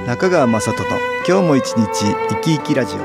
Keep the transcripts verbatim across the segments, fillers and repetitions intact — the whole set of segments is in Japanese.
中川雅人の今日も一日生き生きラジオ。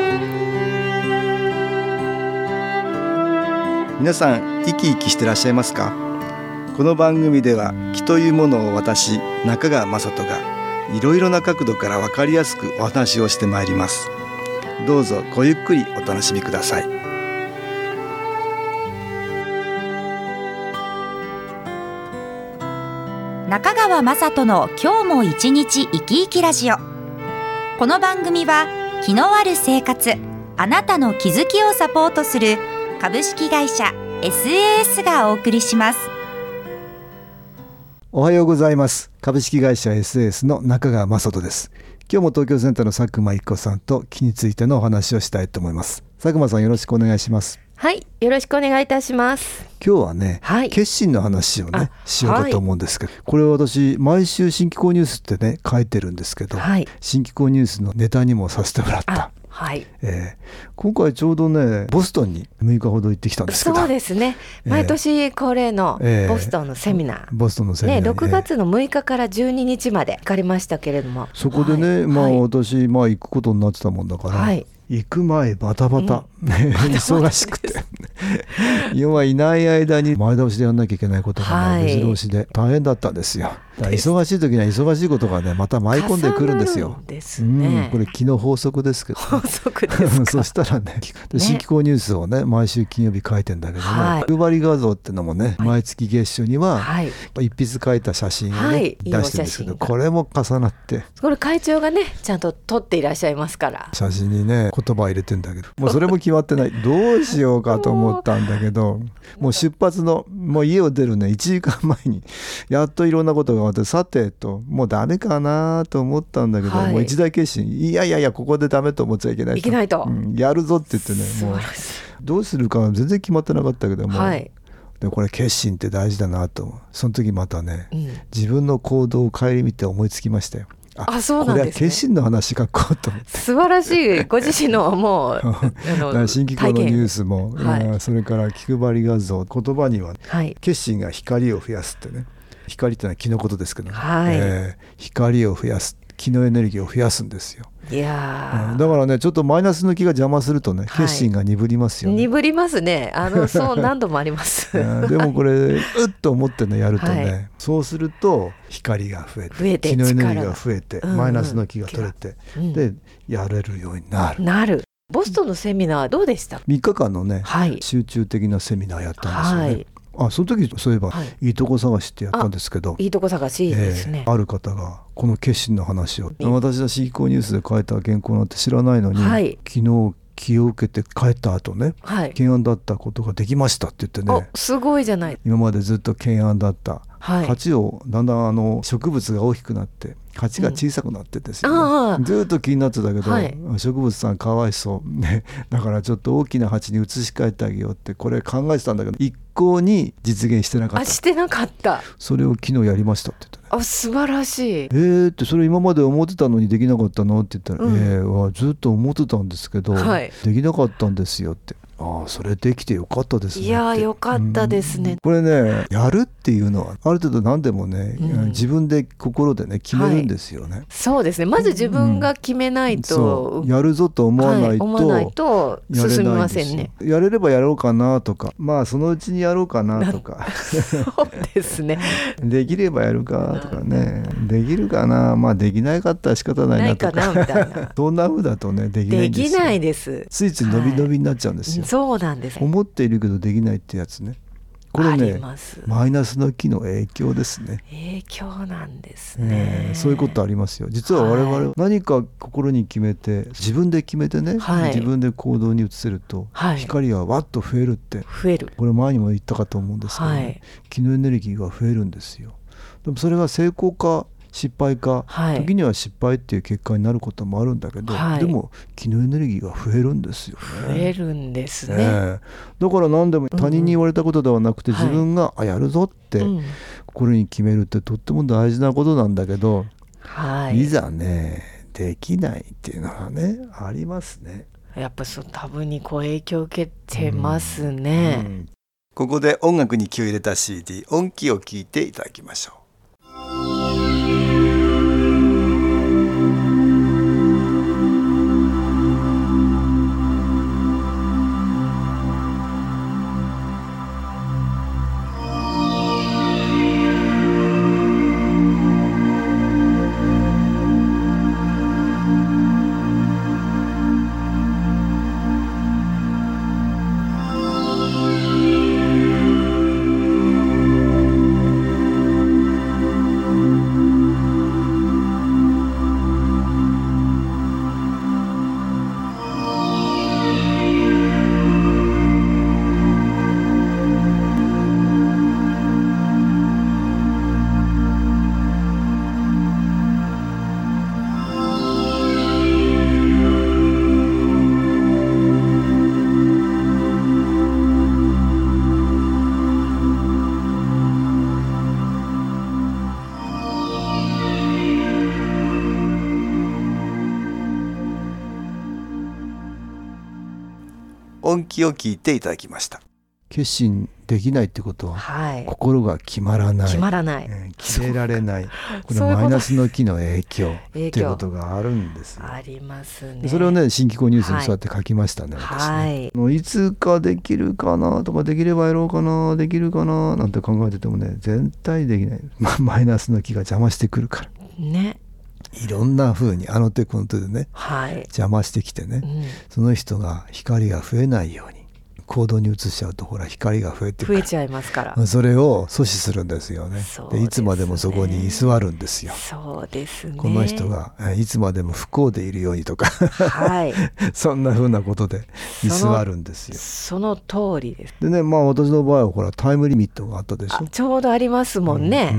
皆さん生き生きしてらっしゃいますか？この番組では気というものを私中川雅人がいろいろな角度から分かりやすくお話をしてまいります。どうぞごゆっくりお楽しみください。 中川雅人の今日も一日生き生きラジオ。この番組は気のある生活、あなたの気づきをサポートする株式会社 エスエーエス がお送りします。 おはようございます。株式会社 エスエーエス の中川雅人です。今日も東京センターの佐久間一子さんと気についてのお話をしたいと思います。佐久間さん、よろしくお願いします。 はい、よろしくお願いいたします。 今日はね、はい、決心の話をねしようかと思うんですけど、はい、これは私毎週新機構ニュースってね書いてるんですけど、はい、新機構ニュースのネタにもさせてもらった。はい、えー、今回ちょうどねボストンにむいかほど行ってきたんですけど。 そうですね、毎年恒例のボストンのセミナー、えー、 ボストンのセミナー、ね、 ろくがつのむいかからじゅうににちまで行かれましたけれども、 そこでね、はい、まあ、私、まあ、行くことになってたもんだから、はい、行く前バタバタ、うん、忙しくて要はいない間に前倒しでやんなきゃいけないことが、ね、はい、目白押しで大変だったんですよ。だから忙しい時には忙しいことがねまた舞い込んでくるんですよ。 ですね、 うん、これ気の法則ですけど、ね、 法則ですかそしたらね新機構ニュースをね毎週金曜日書いてんだけども、はい、夕張画像ってのもね、はい、毎月月初には一筆書いた写真を、ね、はい、出してるんですけど、これも重なって、 これ会長がねちゃんと撮っていらっしゃいますから、 写真にね言葉入れてんだけど、もうそれも決まってないどうしようかと思ったんだけどもう出発のもう家を出るねいちじかんまえにやっといろんなことが終わって、さてともうダメかなと思ったんだけど、はい、もう一大決心、いやいやいやここでダメと思っちゃいけないと、 いけないと、 うん、やるぞって言ってね、もうどうするか全然決まってなかったけども、はい、でこれ決心って大事だなと、その時またね、うん、自分の行動を顧みて思いつきましたよ。ああ、そうなんですね、 これは決心の話書こうと思って。 素晴らしい、ご自身のもうあの新機構のニュースも、はい、それから気配り画像、言葉には、ね、はい、決心が光を増やすってね、光ってのは気のことですけど、ね、はい、えー、光を増やす、気のエネルギーを増やすんですよ。 いや、 うん、だからねちょっとマイナスの気が邪魔するとね、決心が鈍りますよね、 はい、鈍りますね、あのそう何度もありますでもこれうっと思ってねやるとね、はい、そうすると光が増えて、増えて気のエネルギーが増えて、うんうん、マイナスの気が取れて、うん、でやれるようになるなる。 ボストンのセミナーどうでした？ みっかかんのね、はい、集中的なセミナーやったんですよね、はい、あ、その時そういえば、はい、いいとこ探しってやったんですけど、 いいとこ探しですね、 えー、ある方がこの決心の話を、私の新機構ニュースで書いた原稿なんて知らないのに、はい、昨日気を受けて帰った後ね、はい、懸案だったことができましたって言ってね、 すごいじゃない。 今までずっと懸案だった、はい、鉢をだんだんあの植物が大きくなって鉢が小さくなってですよね、うん、ずっと気になってたけど、はい、植物さんかわいそうね、だからちょっと大きな鉢に移し替えてあげようってこれ考えてたんだけど一向に実現してなかった。 あ、してなかった。それを昨日やりましたって言ってね。 あ、素晴らしい。 えーってそれ今まで思ってたのにできなかったのって言ったら、うん、えー、ずっと思ってたんですけど、はい、できなかったんですよって。ああ、それできてよかったですね。 いやよかったですね、 うん、これねやるっていうのはある程度何でもね、うん、自分で心でね決めるんですよね、はい、 そうですね、まず自分が決めないと、 うん、やるぞと思わないと、はい、 思わないと進みませんね。 やれればやろうかなとか、まあそのうちにやろうかなとかそうですねできればやるかとかね、できるかな、まあできないかったら仕方ないなとか、 ないかなみたいなそんな風だとねできないんですよ。 できないです。 ついつい伸び伸びになっちゃうんですよ、はい、 そうなんです。 思っているけどできないってやつね、これねマイナスの気の影響ですね。 影響なんですね、 えー、そういうことありますよ。実は我々何か心に決めて自分で決めてね、はい、自分で行動に移せると、はい、光はわっと増えるって増える、 これ前にも言ったかと思うんですけど、ね、はい、気のエネルギーが増えるんですよ。でもそれが成功か失敗か、はい、時には失敗っていう結果になることもあるんだけど、はい、でも気のエネルギーが増えるんですよね。 増えるんですね、 えー、だから何でも他人に言われたことではなくて、うん、自分が、はい、あやるぞって心に決めるってとっても大事なことなんだけど、はい、いざねできないっていうのはねありますね。 やっぱそう多分にこう影響を受けてますね、うんうん、 ここで音楽に気を入れた シーディー 音気を聞いていただきましょう。 音気を聞いていただきました。決心できないってことは、はい、心が決まらない、 決まらない、 えー、決められない、これマイナスの気の影響っていうことがあるんですよ。 ありますね。 それをね新機構ニュースにそうやって書きましたね、はい、私ね、はい、いつかできるかなとか、できればやろうかな、できるかななんて考えててもね絶対できない、ま、マイナスの気が邪魔してくるからね、 いろんな風にあの手この手でね、 はい、 邪魔してきてね、うん、その人が光が増えないように行動に移しちゃうと、ほら光が増えてくる、 増えちゃいますから、 それを阻止するんですよね。でいつまでもそこに居座るんですよ。 そうですね。 この人がいつまでも不幸でいるようにとか、はい、そんな風なことで居座るんですよ。 その、その通りです。 でね、まあ私の場合はほらタイムリミットがあったでしょ。 ちょうどありますもんね、 うんうん、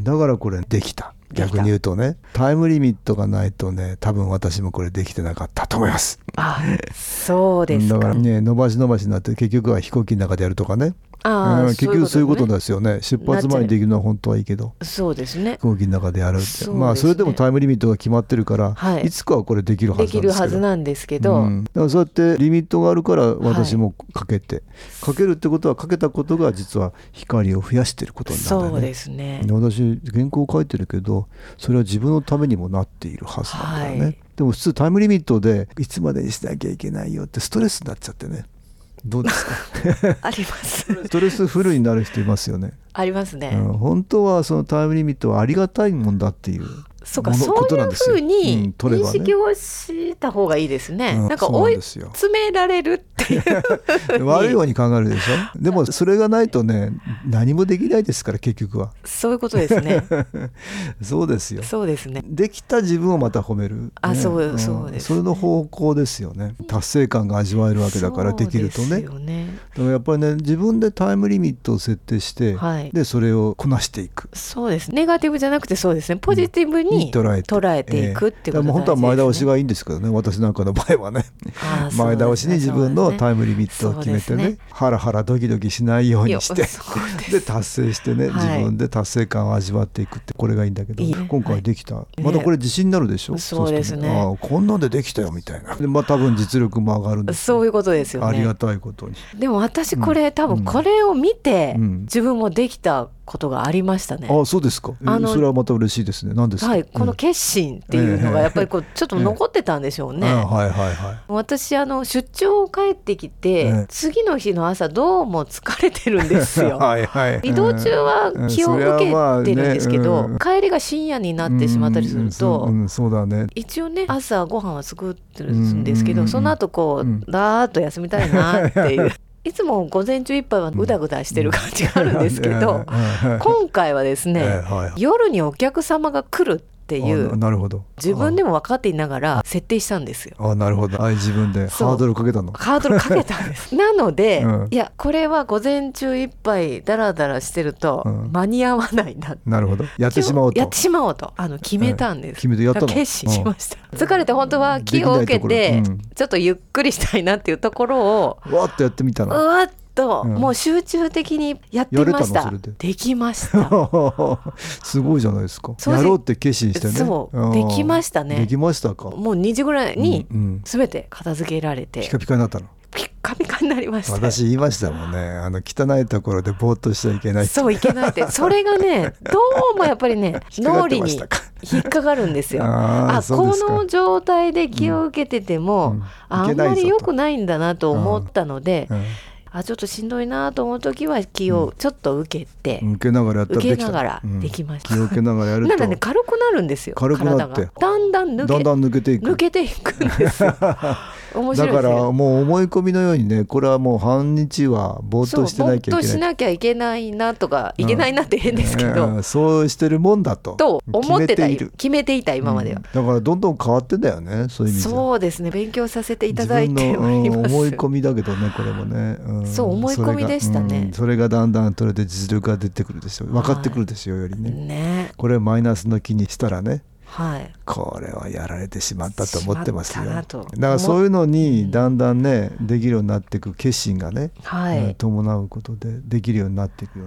だからこれできた。逆に言うとね、タイムリミットがないとね、多分私もこれできてなかったと思います。 あ、そうですか。 だからね、伸ばし伸ばしになって結局は飛行機の中でやるとかね、あ、うん、結局そういうことですよね。出発前にできるのは本当はいいけど、 そうですね、 飛行機の中でやるって、ね、まあそれでもタイムリミットが決まってるから、はい、いつかはこれできるはずなんですけど、 できるはずなんですけど、うん、 だからそうやってリミットがあるから私もかけて、はい、かけるってことはかけたことが実は光を増やしていることになるんだよね。 そうですね。 私原稿を書いてるけど、それは自分のためにもなっているはずなんだよね、はい、でも普通タイムリミットでいつまでにしなきゃいけないよってストレスになっちゃってね、どうですかありますストレスフルになる人いますよね。 ありますね、 うん、本当はそのタイムリミットはありがたいもんだっていう、 そうか、そういうふうに認識をした方がいいですね、うん、なんか追い詰められるっていう悪いように考えるでしょ。でもそれがないとね何もできないですから、結局は。 そういうことですねそうですよ。 そうですね。 できた自分をまた褒める、ね、 あ、そう、そうですね、 それの方向ですよね。達成感が味わえるわけだから、できるとね。そうですよね。だからやっぱりね、自分でタイムリミットを設定して、はい、でそれをこなしていく。 そうです。ネガティブじゃなくて、そうですね、ポジティブに捉えて、捉えていくってことですね。 本当は前倒しがいいんですけどね、私なんかの場合はね前倒しに自分のタイムリミットを決めて ね, ねハラハラドキドキしないようにしてで達成してね、はい、自分で達成感を味わっていくって、これがいいんだけど、いい、今回できた、はい、またこれ自信になるでしょ、ね、 そうですね。 あ、こんなんでできたよみたいなで、まあ、多分実力も上がるんです。 そういうことですよね。 ありがたいことに。 でも私これ、うん、多分これを見て、うん、自分もできたことがありましたね。 あ、そうですか。あのそれはまた嬉しいですね。何ですか。 はい、この決心っていうのがやっぱりこうちょっと残ってたんでしょうね。はいはいはい。私あの出張帰ってきて、えー、次の日の朝どうも疲れてるんですよ。はいはい、移動中は気を受けてるんですけど、ね、うん、帰りが深夜になってしまったりすると、うんうん、そうだね、一応ね朝ご飯は作ってるんですけど、うん、その後こう、うん、だーっと休みたいなっていういつも午前中いっぱいはぐだぐだしてる感じがあるんですけど、今回はですね、夜にお客様が来るっていう、なるほど、自分でも分かっていながら設定したんですよ。 あ、なるほど。あ、自分でハードルかけたの。 ハードルかけたんですなので、うん、いやこれは午前中いっぱいダラダラしてると間に合わないな、うん、 なるほど、やってしまおうとやってしまおうとあの決めたんです、えー、 決めてやったの。 決心しました、うん、疲れて本当は気を受けて、うん、ちょっとゆっくりしたいなっていうところをわっとやってみたの。 うわっと、うん、もう集中的にやってみました。で, できましたすごいじゃないですか。やろうって決心してね。 そうできましたね。 できましたか。 もうにじぐらいに全て片付けられて、うんうん、 ピカピカになったの。 ピッカピカになりました。 私言いましたもんね、あの汚いところでぼーっとしちゃいけないって。 そういけないってそれがねどうもやっぱりね脳裏に引っかかるんですよ。ああ、この状態で気を受けてても、うんうん、あんまり良くないんだなと思ったので、うんうん、あ、ちょっとしんどいなと思うときは気をちょっと受けて、 うん、受けながらやったらできた。 受けながらできました、 うん、気を受けながらやるとなんかね軽くなるんですよ。軽くなってだんだん抜けだんだん抜けていく抜けていくんですよ面白いですよ。 だからもう思い込みのようにね、これはもう半日はぼーっとしてなきゃいけない、 ぼーっとしなきゃいけないなとか、いけないなって変ですけど、 うん、そうしてるもんだとと思ってた、決めていた今までは、 うん、だからどんどん変わってんだよね。そういう意味でそうですね、勉強させていただいてはいます。 自分の、うん、思い込みだけどね、これもね、うん、 そう思い込みでしたね、 うん、それがだんだんそれで実力が出てくるでしょう、分かってくるでしょうよりね、ね、これをマイナスの気にしたらね、はい、これはやられてしまったと思ってますよ。だからそういうのにだんだんねできるようになっていく決心がね、はい、伴うことでできるようになっていくよね。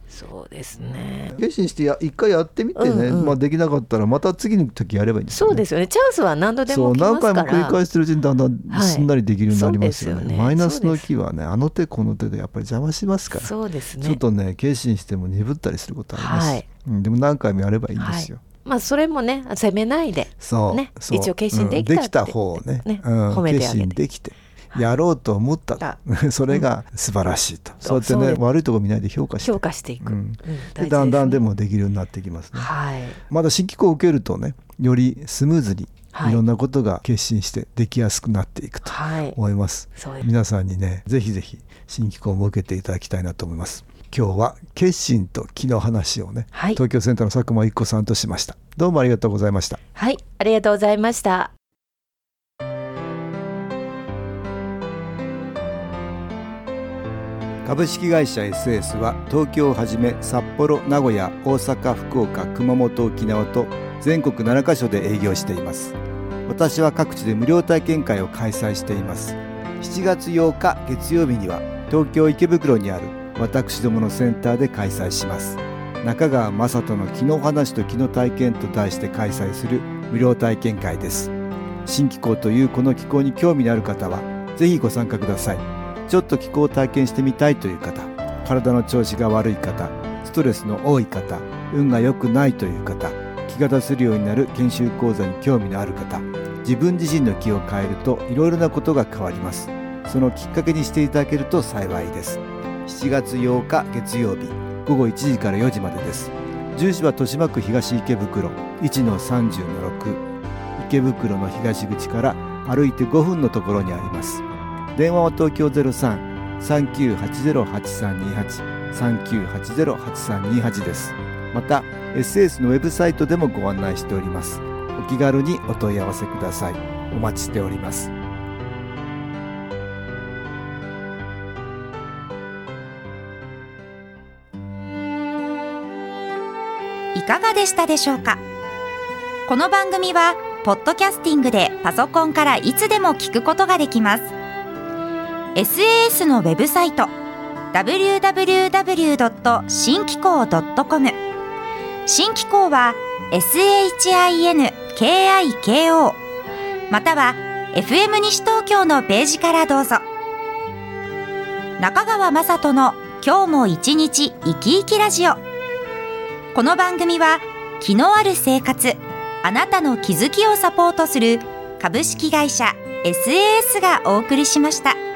そうですね。 決心してや一回やってみてね、うんうん、まあ、できなかったらまた次の時やればいいんですよね。 そうですよね。チャンスは何度でも来ますから。 そう何回も繰り返してるうちにだんだんすんなりできるようになりますよね。はい、よねマイナスの気はねあの手この手でやっぱり邪魔しますから。 そうですね。 ちょっとね決心しても鈍ったりすることあります、はいうん、でも何回もやればいいんですよ。はいまあ、それもね責めないで、 そうね、 そう一応決心できたって、うん、 できた方をね、 ねうん、褒めてあげて決心できてやろうと思った、はい、それが素晴らしいと、うん、そうやってね悪いところ見ないで評価して評価していく、うんうん、でだんだんでもできるようになってきますね、はい、まだ新機構を受けるとねよりスムーズにいろんなことが決心してできやすくなっていくと思います、はい、皆さんにねぜひぜひ新機構も受けていただきたいなと思います。今日は決心と気の話をね、はい、東京センターの佐久間一子さんとしました。どうもありがとうございました。 はい、ありがとうございました。 株式会社 エスエス は東京をはじめ札幌、名古屋、大阪、福岡、熊本、沖縄と全国ななカ所で営業しています。私は各地で無料体験会を開催しています。しちがつようか月曜日には東京池袋にある私どものセンターで開催します。中川雅人の気の話と気の体験と題して開催する無料体験会です。新気候というこの気候に興味のある方はぜひご参加ください。ちょっと気候を体験してみたいという方、体の調子が悪い方、ストレスの多い方、運が良くないという方、気が出せるようになる研修講座に興味のある方、自分自身の気を変えるといろいろなことが変わります。そのきっかけにしていただけると幸いです。しちがつようか月曜日ごごいちじからよじまでです。住所は豊島区東池袋 いちのさんじゅうのろく、 池袋の東口から歩いてごふんのところにあります。電話は東京 ゼロさん さんきゅうはちゼロ はちさんにはち さんきゅうはちゼロ はちさんにはち です。また エスエス のウェブサイトでもご案内しております。お気軽にお問い合わせください。お待ちしております。 いかがでしたでしょうか。この番組はポッドキャスティングでパソコンからいつでも聞くことができます。 エスエーエス のウェブサイト ダブリューダブリューダブリュードットシンキコードットコム、 新気候は エスエイチアイエヌケーアイケーオー または エフエム 西東京のページからどうぞ。中川雅人の今日も一日生き生きラジオ。この番組は気のある生活、あなたの気づきをサポートする株式会社 エスエーエス がお送りしました。